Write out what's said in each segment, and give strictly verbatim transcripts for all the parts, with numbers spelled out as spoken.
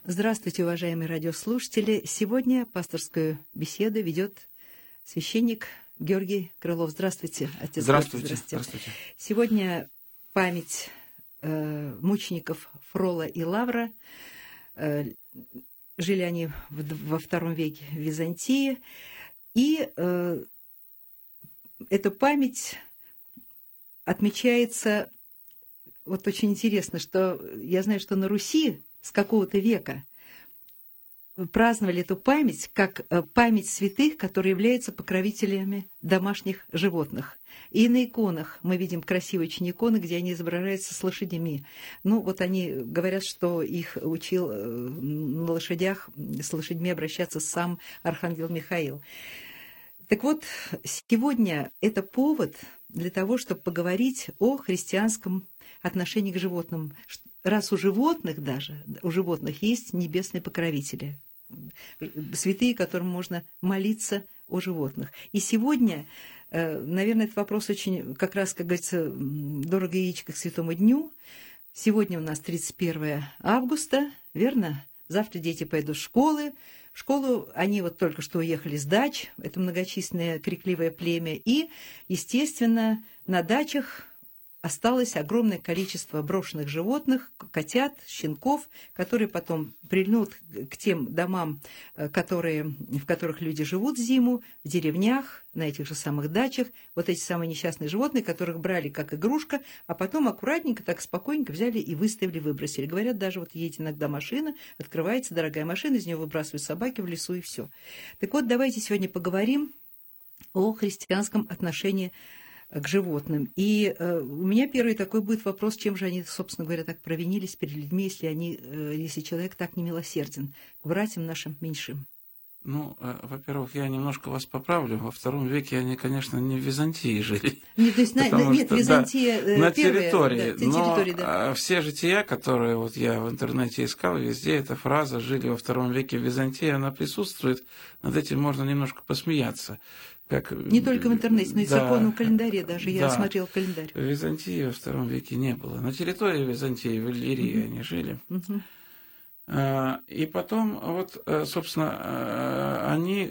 Здравствуйте, уважаемые радиослушатели. Сегодня пасторскую беседу ведет священник Георгий Крылов. Здравствуйте, отец. Здравствуйте. Здравствуйте. Здравствуйте. Сегодня память э, мучеников Фрола и Лавра. Э, жили они в, во втором веке в Византии. И э, эта память отмечается... Вот очень интересно, что я знаю, что на Руси с какого-то века праздновали эту память как память святых, которые являются покровителями домашних животных. И на иконах мы видим красивые очень иконы, где они изображаются с лошадьми. Ну, вот они говорят, что их учил на лошадях, с лошадьми обращаться сам архангел Михаил. Так вот, сегодня это повод для того, чтобы поговорить о христианском отношении к животным. Раз у животных даже, у животных есть небесные покровители, святые, которым можно молиться о животных. И сегодня, наверное, этот вопрос очень, как раз, как говорится, дорого яичко к святому дню. Сегодня у нас тридцать первое августа, верно? Завтра дети пойдут в школы. В школу они вот только что уехали с дач, это многочисленное крикливое племя, и, естественно, на дачах осталось огромное количество брошенных животных, котят, щенков, которые потом прильнут к тем домам, которые, в которых люди живут зиму, в деревнях, на этих же самых дачах. Вот эти самые несчастные животные, которых брали как игрушка, а потом аккуратненько, так спокойненько взяли и выставили, выбросили. Говорят, даже вот едет иногда машина, открывается дорогая машина, из нее выбрасывают собаки в лесу и все. Так вот, давайте сегодня поговорим о христианском отношении к животным. И э, у меня первый такой будет вопрос, чем же они, собственно говоря, так провинились перед людьми, если, они, э, если человек так немилосерден к братьям нашим меньшим. Ну, э, во-первых, я немножко вас поправлю. Во втором веке они, конечно, не в Византии жили. Нет, то есть на, нет что, Византия да, на первая, территории. Да, но территории, да. Все жития, которые вот я в интернете искал, везде эта фраза «жили во втором веке в Византии», она присутствует. Над этим можно немножко посмеяться. Как, не только в интернете, но и в да, церковном календаре даже. Я да, смотрел календарь. В Византии во втором веке не было. На территории Византии, в Иллирии, угу. они жили. Угу. И потом, вот, собственно, они,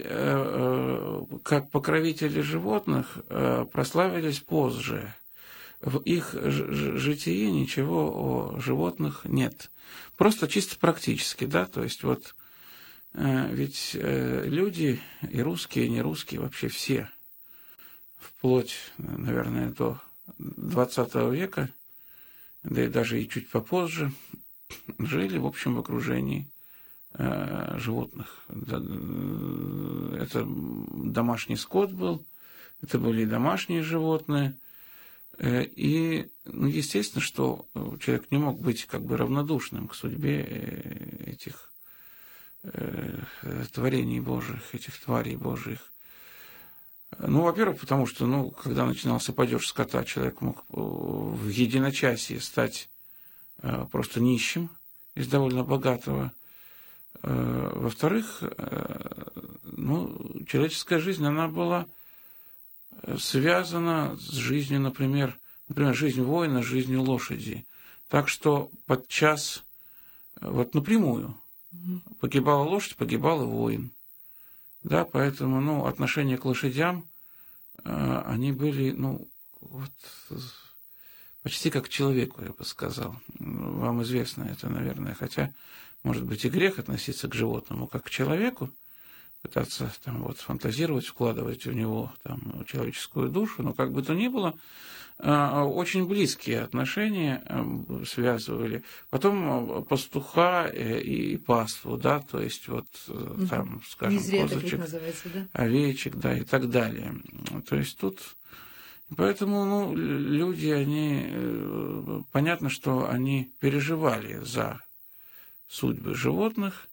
как покровители животных, прославились позже. В их житии ничего о животных нет. Просто чисто практически, да, то есть вот ведь люди, и русские, и не русские, вообще все, вплоть, наверное, до двадцатого века, да и даже и чуть попозже, жили, в общем, в окружении э, животных. Это домашний скот был, это были домашние животные. Э, и, ну, естественно, что человек не мог быть как бы равнодушным к судьбе этих э, творений Божьих, этих тварей Божьих. Ну, во-первых, потому что, ну, когда начинался падеж скота, человек мог в единочасье стать просто нищим из довольно богатого. Во-вторых, ну, человеческая жизнь, она была связана с жизнью, например, например, жизнь воина, с жизнью лошади. Так что подчас, вот напрямую, погибала лошадь, погибал и воин. Да, поэтому, ну, отношение к лошадям, они были, ну, вот... почти как к человеку, я бы сказал. Вам известно это, наверное. Хотя, может быть, и грех относиться к животному как к человеку, пытаться там, вот, фантазировать, вкладывать в него там, человеческую душу. Но как бы то ни было, очень близкие отношения связывали. Потом пастуха и паству, да, то есть вот там, скажем, козочек, да? овечек, да, и так далее. То есть тут... Поэтому, ну, люди, они, понятно, что они переживали за судьбы животных,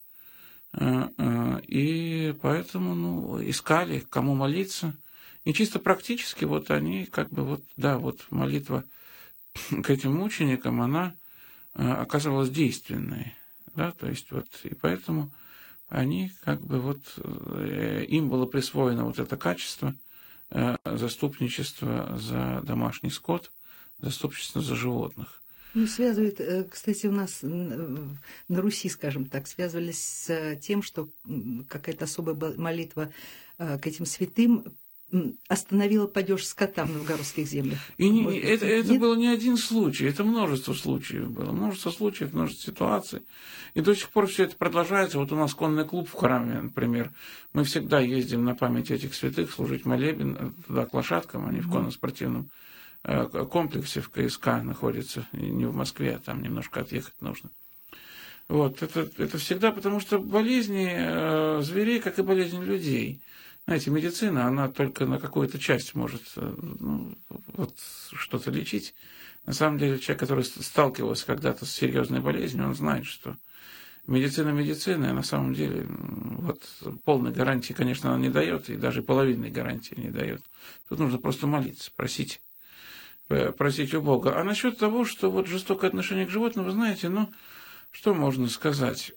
и поэтому, ну, искали, кому молиться. И чисто практически вот они, как бы, вот, да, вот молитва к этим мученикам, она оказывалась действенной, да, то есть вот, и поэтому они, как бы, вот, им было присвоено вот это качество, заступничество за домашний скот, заступничество за животных. Ну, связывают, кстати, у нас на Руси, скажем так, связывались с тем, что какая-то особая молитва к этим святым остановила падеж скота в новгородских землях. И не, это, это был не один случай, это множество случаев было. Множество случаев, множество ситуаций. И до сих пор все это продолжается. Вот у нас конный клуб в храме, например. Мы всегда ездим на память этих святых, служить молебен туда к лошадкам, они в конно-спортивном комплексе в КСК находятся. Не в Москве, а там немножко отъехать нужно. Вот, это, это всегда, потому что болезни э, зверей, как и болезни людей. Знаете, медицина, она только на какую-то часть может ну, вот, что-то лечить. На самом деле, человек, который сталкивался когда-то с серьезной болезнью, он знает, что медицина медицина, а на самом деле вот, полной гарантии, конечно, она не дает, и даже половинной гарантии не дает. Тут нужно просто молиться, просить, просить у Бога. А насчет того, что вот жестокое отношение к животным, вы знаете, ну, что можно сказать?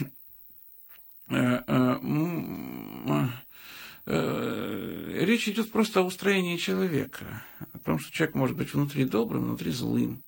Речь идет просто о устроении человека, о том, что человек может быть внутри добрым, внутри злым,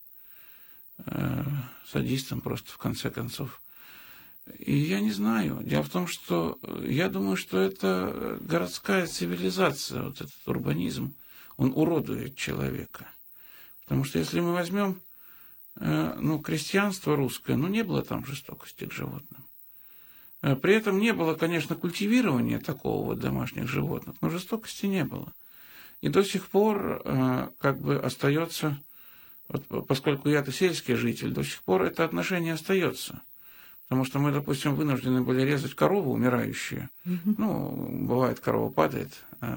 садистом просто в конце концов. И я не знаю. Дело в том, что я думаю, что это городская цивилизация, вот этот урбанизм, он уродует человека. Потому что если мы возьмем, ну, крестьянство русское, ну, не было там жестокости к животным. При этом не было, конечно, культивирования такого вот домашних животных, но жестокости не было. И до сих пор как бы остается, вот, поскольку я-то сельский житель, до сих пор это отношение остается. Потому что мы, допустим, вынуждены были резать корову умирающую. Mm-hmm. Ну, бывает, корова падает.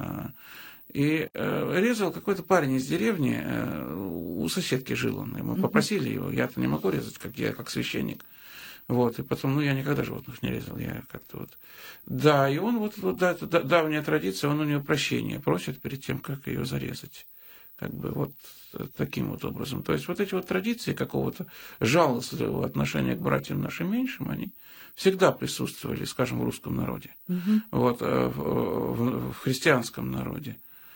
И резал какой-то парень из деревни, у соседки жил он. И мы попросили его, я-то не могу резать, как я, как священник. Вот, и потом, ну, я никогда животных не резал, я как-то вот... Да, и он вот, вот да, это давняя традиция, он у нее прощения просит перед тем, как ее зарезать. Как бы вот таким вот образом. То есть вот эти вот традиции какого-то жалостливого отношения к братьям нашим меньшим, они всегда присутствовали, скажем, в русском народе, угу. Вот, в, в, в христианском народе.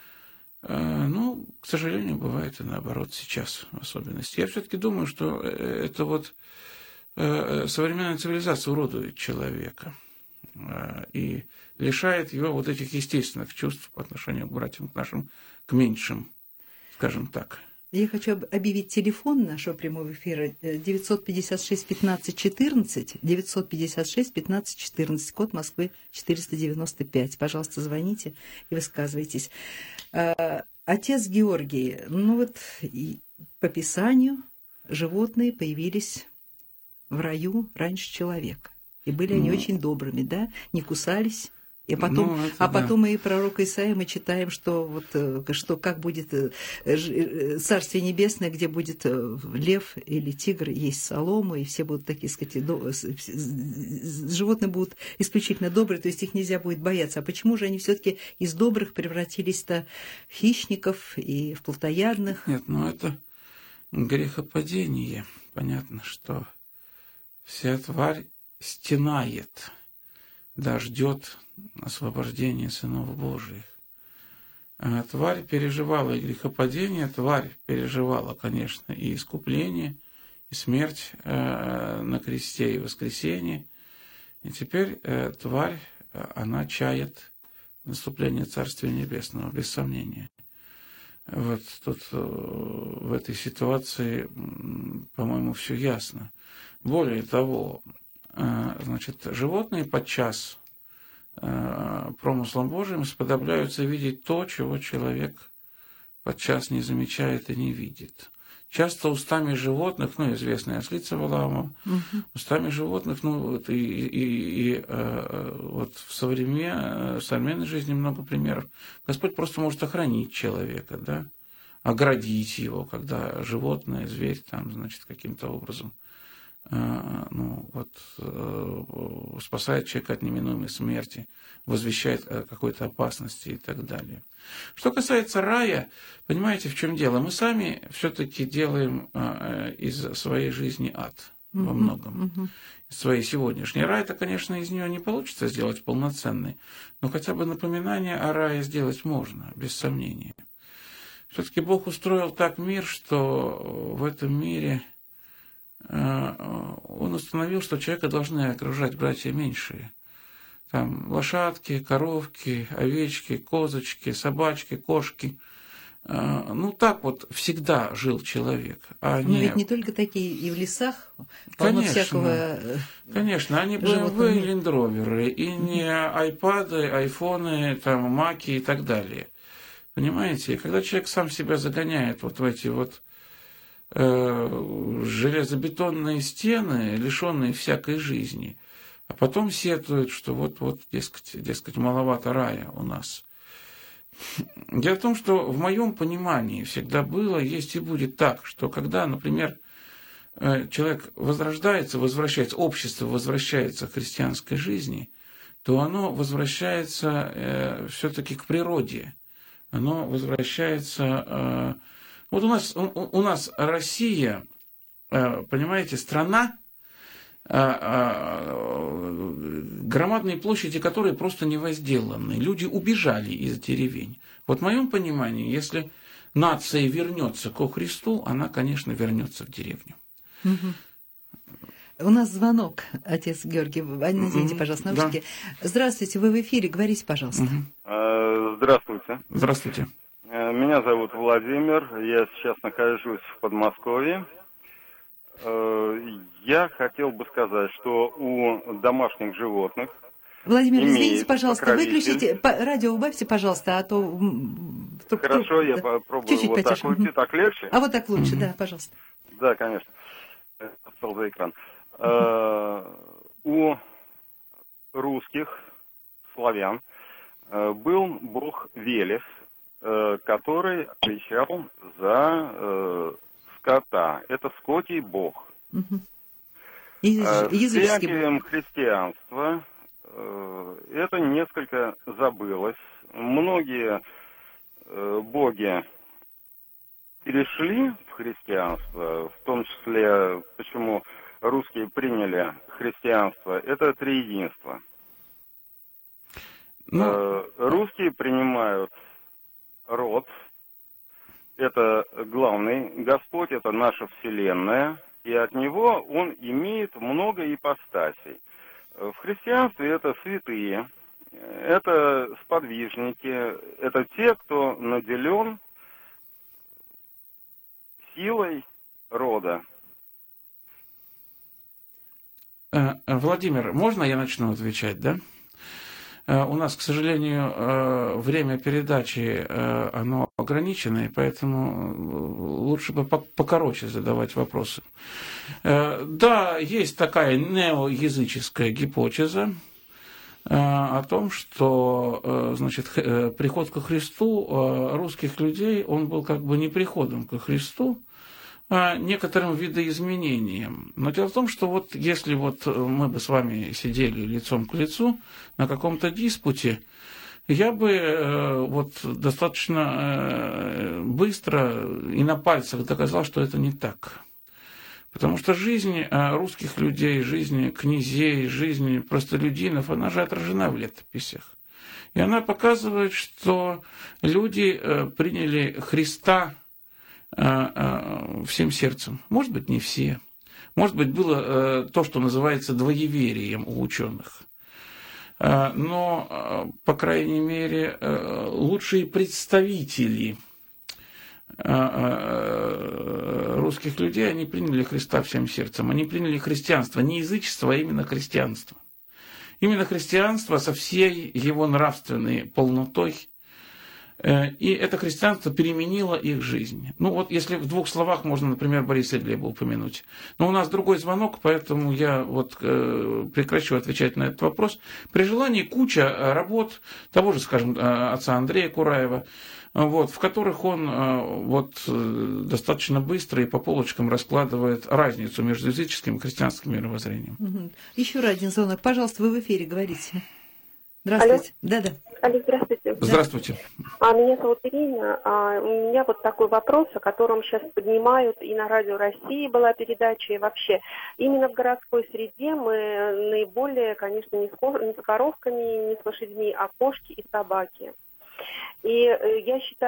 Ну, к сожалению, бывает и наоборот сейчас в особенности. Я все-таки думаю, что это вот современная цивилизация уродует человека и лишает его вот этих естественных чувств по отношению к братьям, к нашим, к меньшим, скажем так. Я хочу объявить телефон нашего прямого эфира девятьсот пятьдесят шесть пятнадцать четырнадцать, девятьсот пятьдесят шесть пятнадцать четырнадцать, код Москвы четыреста девяносто пять. Пожалуйста, звоните и высказывайтесь. Отец Георгий, ну вот по Писанию животные появились в раю раньше человека. И были ну, они очень добрыми, да, не кусались. И потом, ну, это, а потом да. И пророка Исаия мы читаем, что, вот, что как будет Царствие Небесное, где будет лев или тигр есть солому, и все будут такие, сказать, животные будут исключительно добрые, то есть их нельзя будет бояться. А почему же они все-таки из добрых превратились-то в хищников и в плотоядных? Нет, ну это грехопадение. Понятно, что вся тварь стенает, да, ждет освобождения сынов Божиих. А тварь переживала и грехопадение, тварь переживала, конечно, и искупление, и смерть э, на кресте, и воскресение. И теперь э, тварь, она чает наступление Царствия Небесного, без сомнения. Вот тут э, в этой ситуации, по-моему, все ясно. Более того, э, значит, животные подчас промыслом Божьим сподобляются видеть то, чего человек подчас не замечает и не видит. Часто устами животных, ну, известная ослица Валаама, угу. Устами животных, ну, вот, и, и, и э, вот в современной, в современной жизни много примеров. Господь просто может охранить человека, да, оградить его, когда животное, зверь, там, значит, каким-то образом ну, вот, спасает человека от неминуемой смерти, возвещает о какой-то опасности и так далее. Что касается рая, понимаете, в чем дело? Мы сами все-таки делаем из своей жизни ад во многом. Uh-huh. Из своей сегодняшней. Рай, это, конечно, из нее не получится сделать полноценный, но хотя бы напоминание о рае сделать можно, без сомнения. Все-таки Бог устроил так мир, что в этом мире он установил, что человека должны окружать братья меньшие. Там лошадки, коровки, овечки, козочки, собачки, кошки. Ну, так вот всегда жил человек. А Но не... ведь не только такие, и в лесах полно Конечно, всякого. Конечно, а не бэ эм вэ и лендроверы, и не айпады, айфоны, там, маки и так далее. Понимаете? И когда человек сам себя загоняет вот в эти вот э, железобетонные стены, лишенные всякой жизни, а потом сетует, что вот-вот, дескать, дескать, маловато рая у нас. Дело в том, что в моем понимании всегда было, есть и будет так, что когда, например, человек возрождается, возвращается, общество возвращается к христианской жизни, то оно возвращается э, все-таки к природе. Оно возвращается... Э, вот у нас, у, у нас Россия, э, понимаете, страна, громадные площади, которые просто не возделаны. Люди убежали из деревень. Вот в моем понимании, если нация вернется ко Христу, она, конечно, вернется в деревню. Угу. У нас звонок, отец Георгий. Наденьте, угу, пожалуйста, наушники. Да. Здравствуйте, вы в эфире, говорите, пожалуйста. Угу. Здравствуйте. Здравствуйте. Меня зовут Владимир, я сейчас нахожусь в Подмосковье. Я хотел бы сказать, что у домашних животных... Владимир, извините, пожалуйста, выключите, радио убавьте, пожалуйста, а то... Хорошо, я попробую. Чуть-чуть вот потише. Так уйти, так легче? А вот так лучше, mm-hmm. да, пожалуйста. Да, конечно. Встал за экран. У русских, славян, был бог Велес, который отвечал за... скота. Это скотий бог. Угу. С принятием христианства э, это несколько забылось. Многие э, боги перешли в христианство, в том числе, почему русские приняли христианство, это триединство. Но... Э, русские принимают род. Это главный Господь, это наша Вселенная, и от Него Он имеет много ипостасей. В христианстве это святые, это сподвижники, это те, кто наделен силой рода. Владимир, можно я начну отвечать, да? У нас, к сожалению, время передачи оно ограничено, и поэтому лучше бы покороче задавать вопросы. Да, есть такая неоязыческая гипотеза о том, что, значит, приход ко Христу русских людей, он был как бы не приходом ко Христу, а некоторым видоизменением. Но дело в том, что вот если вот мы бы с вами сидели лицом к лицу на каком-то диспуте, я бы вот достаточно быстро и на пальцах доказал, что это не так. Потому что жизнь русских людей, жизнь князей, жизнь простолюдинов, она же отражена в летописях. И она показывает, что люди приняли Христа всем сердцем. Может быть, не все. Может быть, было то, что называется двоеверием у ученых. Но, по крайней мере, лучшие представители русских людей, они приняли Христа всем сердцем. Они приняли христианство, не язычество, а именно христианство. Именно христианство со всей его нравственной полнотой. И это христианство переменило их жизнь. Ну вот, если в двух словах можно, например, Бориса Глеба упомянуть. Но у нас другой звонок, поэтому я вот э, прекращу отвечать на этот вопрос. При желании куча работ того же, скажем, отца Андрея Кураева, вот, в которых он э, вот, достаточно быстро и по полочкам раскладывает разницу между языческим и христианским мировоззрением. Угу. Еще один звонок. Пожалуйста, вы в эфире говорите. Здравствуйте. Да-да. Алло, здравствуйте. Здравствуйте. А, меня зовут Ирина. А, у меня вот такой вопрос, о котором сейчас поднимают и на Радио России была передача, и вообще. Именно в городской среде мы наиболее, конечно, не с, не с коровками, не с лошадьми, а кошки и собаки. И я считаю, что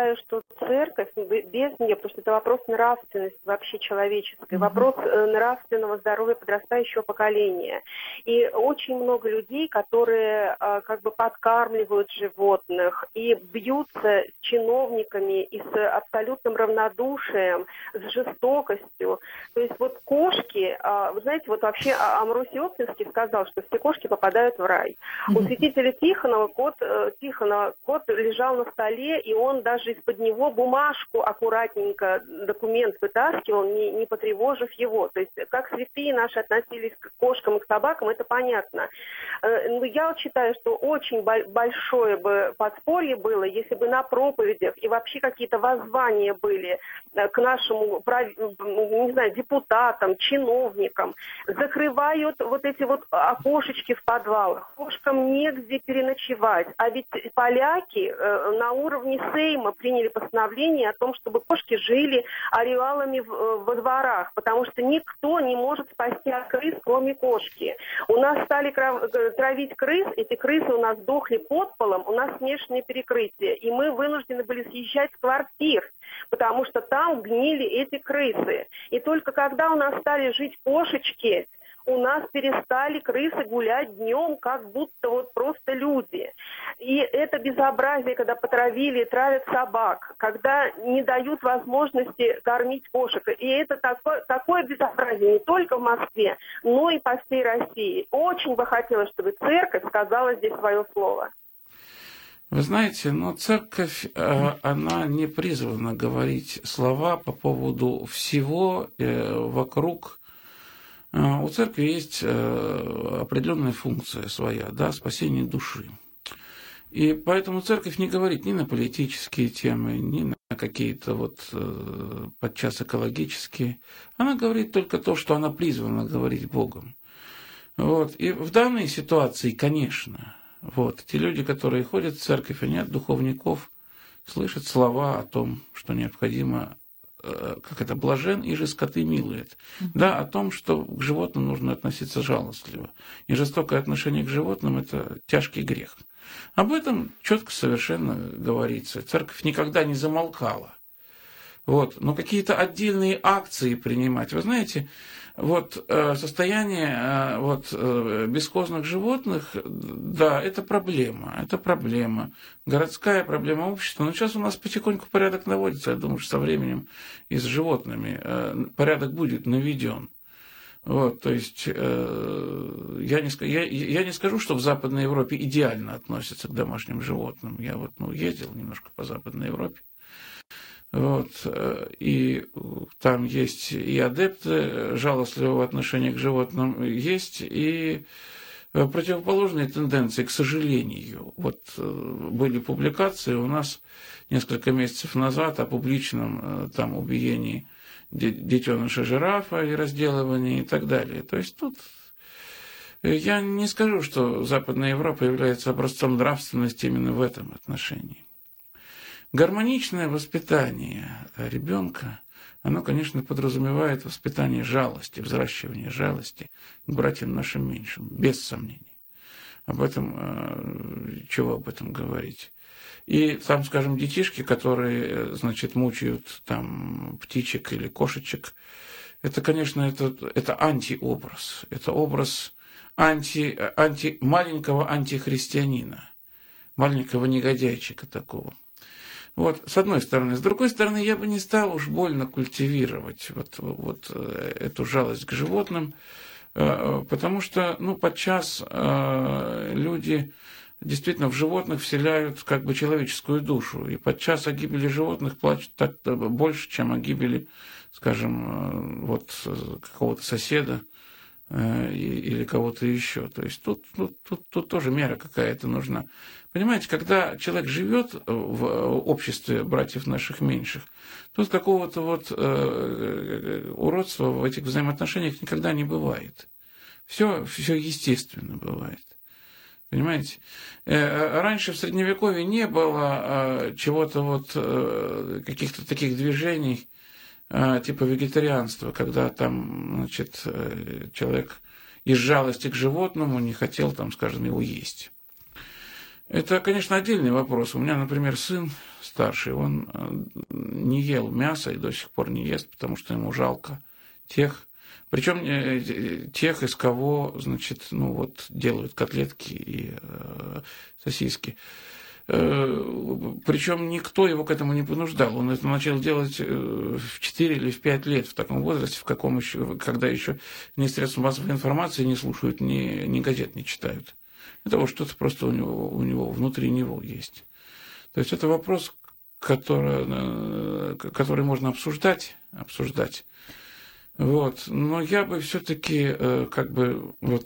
церковь, без нее, потому что это вопрос нравственности вообще человеческой, Mm-hmm. вопрос нравственного здоровья подрастающего поколения. И очень много людей, которые как бы подкармливают животных и бьются с чиновниками и с абсолютным равнодушием, с жестокостью. То есть вот кошки, вы знаете, вот вообще Амвросий Оптинский сказал, что все кошки попадают в рай. Mm-hmm. У святителя Тихонова кот, Тихона, кот лежал на столе, и он даже из-под него бумажку аккуратненько, документ вытаскивал, не, не потревожив его. То есть как святые наши относились к кошкам и к собакам, это понятно. Но я считаю, что очень большое бы подспорье было, если бы на проповедях и вообще какие-то воззвания были к нашему, не знаю, депутатам, чиновникам. Закрывают вот эти вот окошечки в подвалах. Кошкам негде переночевать. А ведь поляки на уровне Сейма приняли постановление о том, чтобы кошки жили ареалами во дворах, потому что никто не может спасти от крыс, кроме кошки. У нас стали травить крыс, эти крысы у нас сдохли под полом, у нас смешанные перекрытия, и мы вынуждены были съезжать с квартир, потому что там гнили эти крысы. И только когда у нас стали жить кошечки, у нас перестали крысы гулять днем, как будто вот просто люди. И это безобразие, когда потравили, травят собак, когда не дают возможности кормить кошек. И это такое, такое безобразие не только в Москве, но и по всей России. Очень бы хотелось, чтобы церковь сказала здесь свое слово. Вы знаете, но церковь, она не призвана говорить слова по поводу всего вокруг. У церкви есть определенная функция своя, да, спасение души. И поэтому церковь не говорит ни на политические темы, ни на какие-то вот подчас экологические. Она говорит только то, что она призвана говорить Богом. Вот. И в данной ситуации, конечно, вот, те люди, которые ходят в церковь, они от духовников слышат слова о том, что необходимо, как это, блажен, и же скоты милует. Mm-hmm. Да, о том, что к животным нужно относиться жалостливо. И жестокое отношение к животным – это тяжкий грех. Об этом четко совершенно говорится. Церковь никогда не замолкала. Вот. Но какие-то отдельные акции принимать. Вы знаете, вот состояние вот, бесхозных животных, да, это проблема, это проблема, городская проблема общества. Но сейчас у нас потихоньку порядок наводится. Я думаю, что со временем и с животными порядок будет наведен. Вот, то есть я не, я, я не скажу, что в Западной Европе идеально относятся к домашним животным. Я вот ну, ездил немножко по Западной Европе. Вот, и там есть и адепты жалостливого отношения к животным, есть и противоположные тенденции, к сожалению. Вот были публикации у нас несколько месяцев назад о публичном там убиении детеныша жирафа и разделывании и так далее. То есть тут я не скажу, что Западная Европа является образцом нравственности именно в этом отношении. Гармоничное воспитание ребенка, оно, конечно, подразумевает воспитание жалости, взращивание жалости к братьям нашим меньшим, без сомнения. Об этом, чего об этом говорить? И там, скажем, детишки, которые, значит, мучают там птичек или кошечек, это, конечно, это, это антиобраз, это образ анти, анти, маленького антихристианина, маленького негодяйчика такого. Вот, с одной стороны. С другой стороны, я бы не стал уж больно культивировать вот, вот эту жалость к животным, потому что, ну, подчас люди действительно в животных вселяют как бы человеческую душу, и подчас о гибели животных плачут так больше, чем о гибели, скажем, вот какого-то соседа или кого-то еще. То есть тут, тут, тут, тут тоже мера какая-то нужна. Понимаете, когда человек живет в обществе братьев наших меньших, тут какого-то вот э, уродства в этих взаимоотношениях никогда не бывает. Все, все естественно бывает. Понимаете? Э, раньше в Средневековье не было э, чего-то вот, э, каких-то таких движений, типа вегетарианства, когда там, значит, человек из жалости к животному не хотел, там, скажем, его есть. Это, конечно, отдельный вопрос. У меня, например, сын старший, он не ел мясо и до сих пор не ест, потому что ему жалко тех, причем тех, из кого, значит, ну вот, делают котлетки и э, сосиски. Причем никто его к этому не понуждал. Он это начал делать в четыре или в пять лет, в таком возрасте, в каком еще, когда еще ни средства массовой информации не слушают, ни, ни газет не читают. Это вот что-то просто у него, у него внутри него есть. То есть это вопрос, который, который можно обсуждать, обсуждать. Вот. Но я бы все-таки как бы вот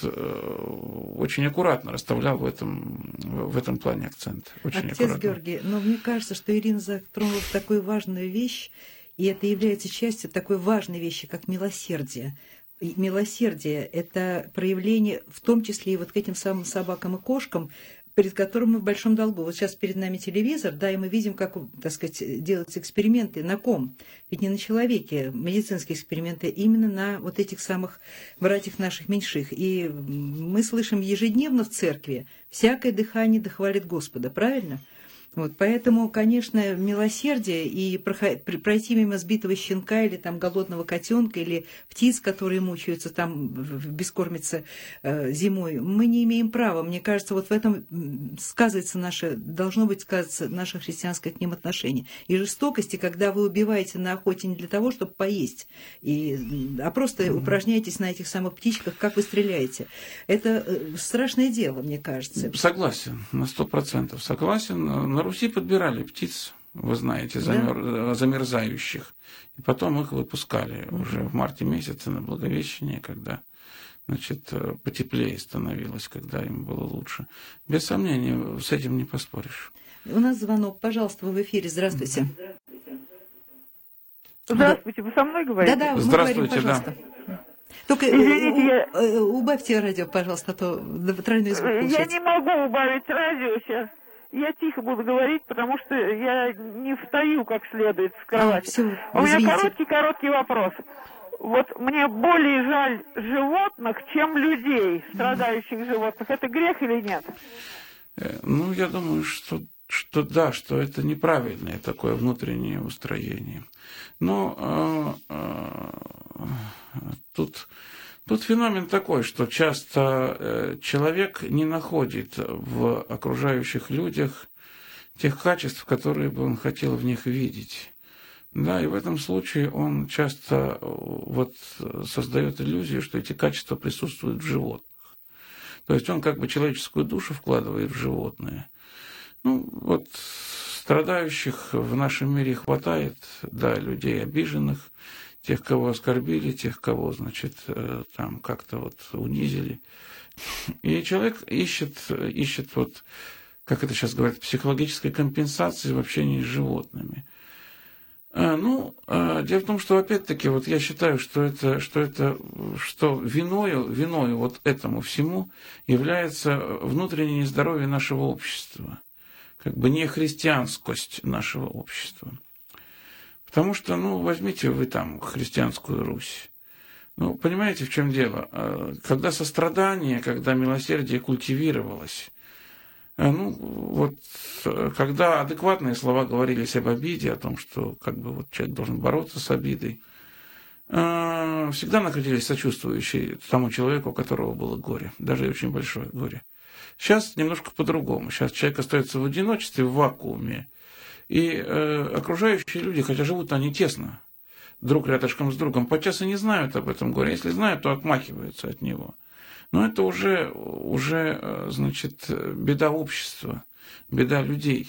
очень аккуратно расставлял в этом, в этом плане акцент. Очень Отец аккуратно. Георгий, но мне кажется, что Ирина затронула такую важную вещь, и это является частью такой важной вещи, как милосердие. И милосердие – это проявление, в том числе и вот к этим самым собакам и кошкам, перед которым мы в большом долгу. Вот сейчас перед нами телевизор, да, и мы видим, как, так сказать, делаются эксперименты. На ком? Ведь не на человеке. Медицинские эксперименты, именно на вот этих самых братьях наших меньших. И мы слышим ежедневно в церкви: «Всякое дыхание да хвалит Господа». Правильно? Вот, поэтому, конечно, милосердие и пройти мимо сбитого щенка или там голодного котенка или птиц, которые мучаются там в бескормице э, зимой, мы не имеем права. Мне кажется, вот в этом сказывается наше, должно быть сказываться наше христианское к ним отношение. И жестокости, когда вы убиваете на охоте не для того, чтобы поесть, и, а просто mm-hmm. упражняетесь на этих самых птичках, как вы стреляете. Это страшное дело, мне кажется. Согласен, на сто процентов согласен. На Руси подбирали птиц, вы знаете, замер... да? замерзающих, и потом их выпускали mm-hmm. уже в марте месяце на Благовещение, когда, значит, потеплее становилось, когда им было лучше. Без сомнения, с этим не поспоришь. У нас звонок, пожалуйста, вы в эфире. Здравствуйте. Здравствуйте, вы со мной говорите? Да-да, мы Здравствуйте, говорим, пожалуйста. Да. Только Извините, у, я... убавьте радио, пожалуйста, а то тройной звук получается. Я не могу убавить радио сейчас. Я тихо буду говорить, потому что я не встаю как следует с кровати. А, все, у меня короткий-короткий вопрос. Вот мне более жаль животных, чем людей, страдающих животных. Это грех или нет? Ну, я думаю, что, что да, что это неправильное такое внутреннее устроение. Но э, э, тут... Тут феномен такой, что часто человек не находит в окружающих людях тех качеств, которые бы он хотел в них видеть. Да, и в этом случае он часто вот создает иллюзию, что эти качества присутствуют в животных. То есть он как бы человеческую душу вкладывает в животное. Ну, вот страдающих в нашем мире хватает, да, людей обиженных, тех, кого оскорбили, тех, кого, значит, там как-то вот унизили. И человек ищет, ищет вот, как это сейчас говорят, психологической компенсации в общении с животными. Ну, дело в том, что, опять-таки, вот я считаю, что это, что это, что виною, виною вот этому всему является внутреннее нездоровье нашего общества, как бы нехристианскость нашего общества. Потому что, ну, возьмите вы там христианскую Русь. Ну, понимаете, в чем дело? Когда сострадание, когда милосердие культивировалось, ну, вот, когда адекватные слова говорились об обиде, о том, что, как бы, вот человек должен бороться с обидой, всегда находились сочувствующие тому человеку, у которого было горе, даже и очень большое горе. Сейчас немножко по-другому. Сейчас человек остается в одиночестве, в вакууме, и э, окружающие люди, хотя живут они тесно, друг рядышком с другом, подчас и не знают об этом горе. Если знают, то отмахиваются от него. Но это уже, уже значит, беда общества, беда людей.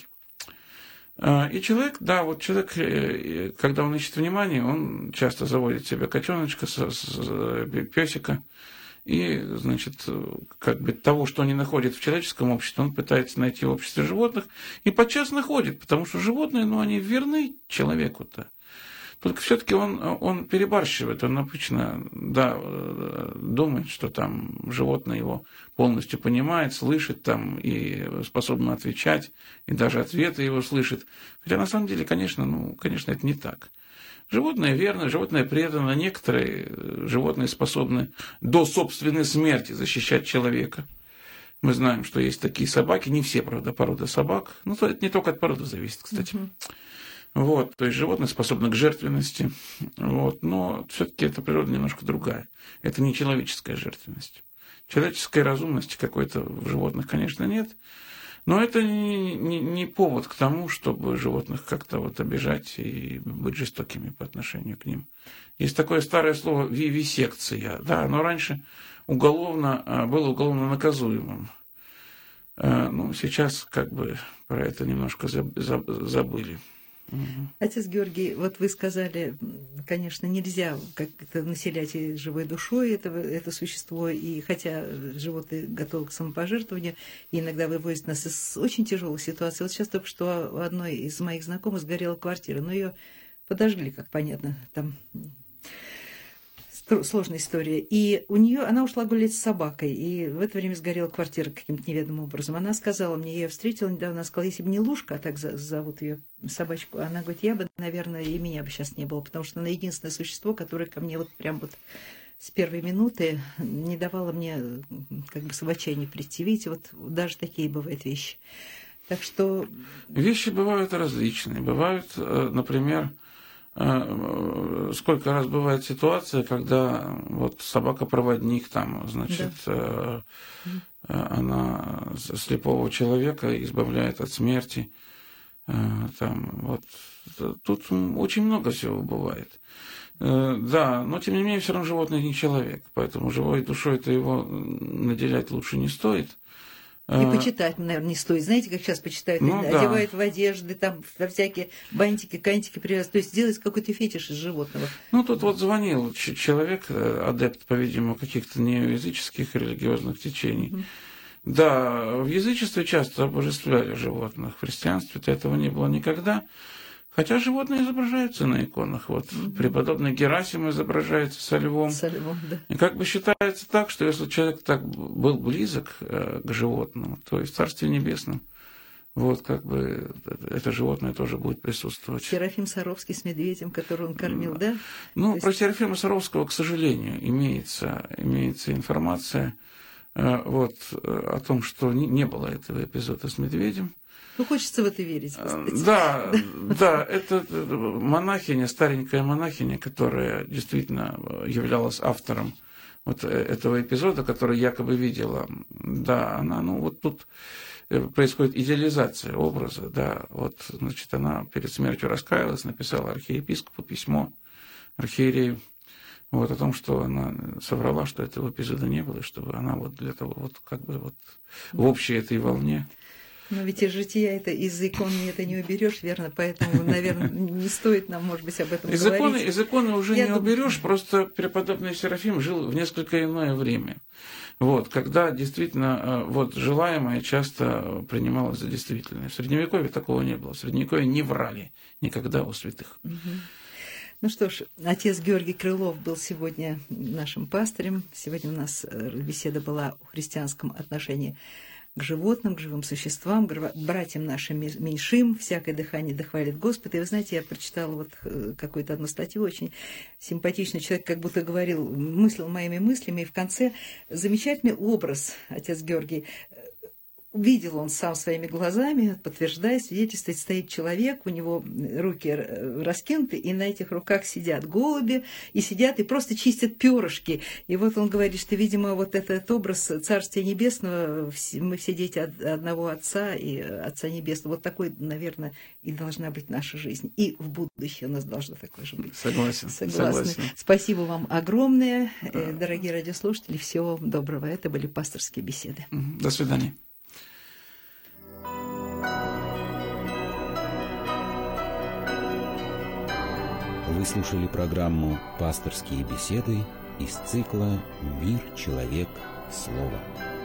И человек, да, вот человек, когда он ищет внимание, он часто заводит себе котеночка, песика. И, значит, как бы того, что он не находит в человеческом обществе, он пытается найти в обществе животных, и подчас находит, потому что животные, ну, они верны человеку-то. Только все-таки он, он перебарщивает, он обычно, да, думает, что там животное его полностью понимает, слышит там и способно отвечать, и даже ответы его слышит. Хотя на самом деле, конечно, ну, конечно, это не так. Животные верны, животные преданы, некоторые животные способны до собственной смерти защищать человека. Мы знаем, что есть такие собаки, не все, правда, породы собак. Ну, это не только от породы зависит, кстати. Uh-huh. Вот, то есть животные способны к жертвенности, вот, но все-таки эта природа немножко другая. Это не человеческая жертвенность. Человеческой разумности какой-то в животных, конечно, нет, но это не, не, не повод к тому, чтобы животных как-то вот обижать и быть жестокими по отношению к ним. Есть такое старое слово вивисекция, да, оно раньше уголовно, было уголовно наказуемым. Ну, сейчас как бы про это немножко забыли. Угу. Отец Георгий, вот вы сказали, конечно, нельзя как-то населять живой душой это, это существо, и хотя животные готовы к самопожертвованию, и иногда вывозят нас из очень тяжелых ситуаций. Вот сейчас только что у одной из моих знакомых сгорела квартира, но ее подожгли, как понятно, там сложная история. И у нее она ушла гулять с собакой, и в это время сгорела квартира каким-то неведомым образом. Она сказала мне, я ее встретила недавно, она сказала, если бы не Лушка, а так зовут ее собачку, она говорит, я бы, наверное, и меня бы сейчас не было, потому что она единственное существо, которое ко мне вот прям вот с первой минуты не давало мне как бы в отчаяние прийти. Видите, вот даже такие бывают вещи. Так что... Вещи бывают различные. Бывают, например, сколько раз бывает ситуация, когда вот собака-проводник там, значит, да. Она слепого человека избавляет от смерти. Там, вот, тут очень много всего бывает. Да, но тем не менее все равно животное не человек, поэтому живой душой-то его наделять лучше не стоит. И почитать, наверное, не стоит. Знаете, как сейчас почитают, ну, одевают да. в одежды, там, во всякие бантики, кантики привязывают. То есть делать какой-то фетиш из животного. Ну, тут вот звонил человек, адепт, по-видимому, каких-то неоязыческих религиозных течений. Mm-hmm. Да, в язычестве часто обожествляли животных. В христианстве-то этого не было никогда. Хотя животные изображаются на иконах. Вот mm-hmm. преподобный Герасим изображается со львом. Со львом, да. И как бы считается так, что если человек так был близок э, к животному, то и в Царстве Небесном вот как бы это животное тоже будет присутствовать. Серафим Саровский с медведем, который он кормил, mm-hmm. да? Ну, то про есть... Серафима Саровского, к сожалению, имеется, имеется информация э, вот, о том, что не, не было этого эпизода с медведем. Ну, хочется в это верить. Да, да, это монахиня, старенькая монахиня, которая действительно являлась автором вот этого эпизода, который якобы видела. Да, она, ну, вот тут происходит идеализация образа, да, вот, значит, она перед смертью раскаялась, написала архиепископу письмо, архиерею, вот, о том, что она соврала, что этого эпизода не было, чтобы она вот для того, вот, как бы, вот, в общей этой волне. Но ведь из жития это, из икон это не уберешь, верно? Поэтому, наверное, не стоит нам, может быть, об этом из говорить. Иконы, из иконы уже Я не дум... уберешь, просто преподобный Серафим жил в несколько иное время. Вот, когда действительно вот, желаемое часто принималось за действительное. В Средневековье такого не было. В Средневековье не врали никогда у святых. Угу. Ну что ж, отец Георгий Крылов был сегодня нашим пастырем. Сегодня у нас беседа была о христианском отношении к животным, к живым существам, к братьям нашим меньшим, всякое дыхание дохвалит Господа. И вы знаете, я прочитала вот какую-то одну статью, очень симпатичный человек, как будто говорил, мыслил моими мыслями, и в конце замечательный образ, отец Георгий, видел он сам своими глазами, подтверждая, свидетельствует, стоит человек, у него руки раскинуты, и на этих руках сидят голуби, и сидят, и просто чистят перышки. И вот он говорит, что, видимо, вот этот образ Царствия Небесного, мы все дети одного Отца и Отца Небесного, вот такой, наверное, и должна быть наша жизнь. И в будущее у нас должно такое же быть. Согласен. Согласны. Согласен. Спасибо вам огромное, дорогие радиослушатели. Всего вам доброго. Это были пасторские беседы. До свидания. Вы слушали программу «Пасторские беседы» из цикла «Мир, человек, слово».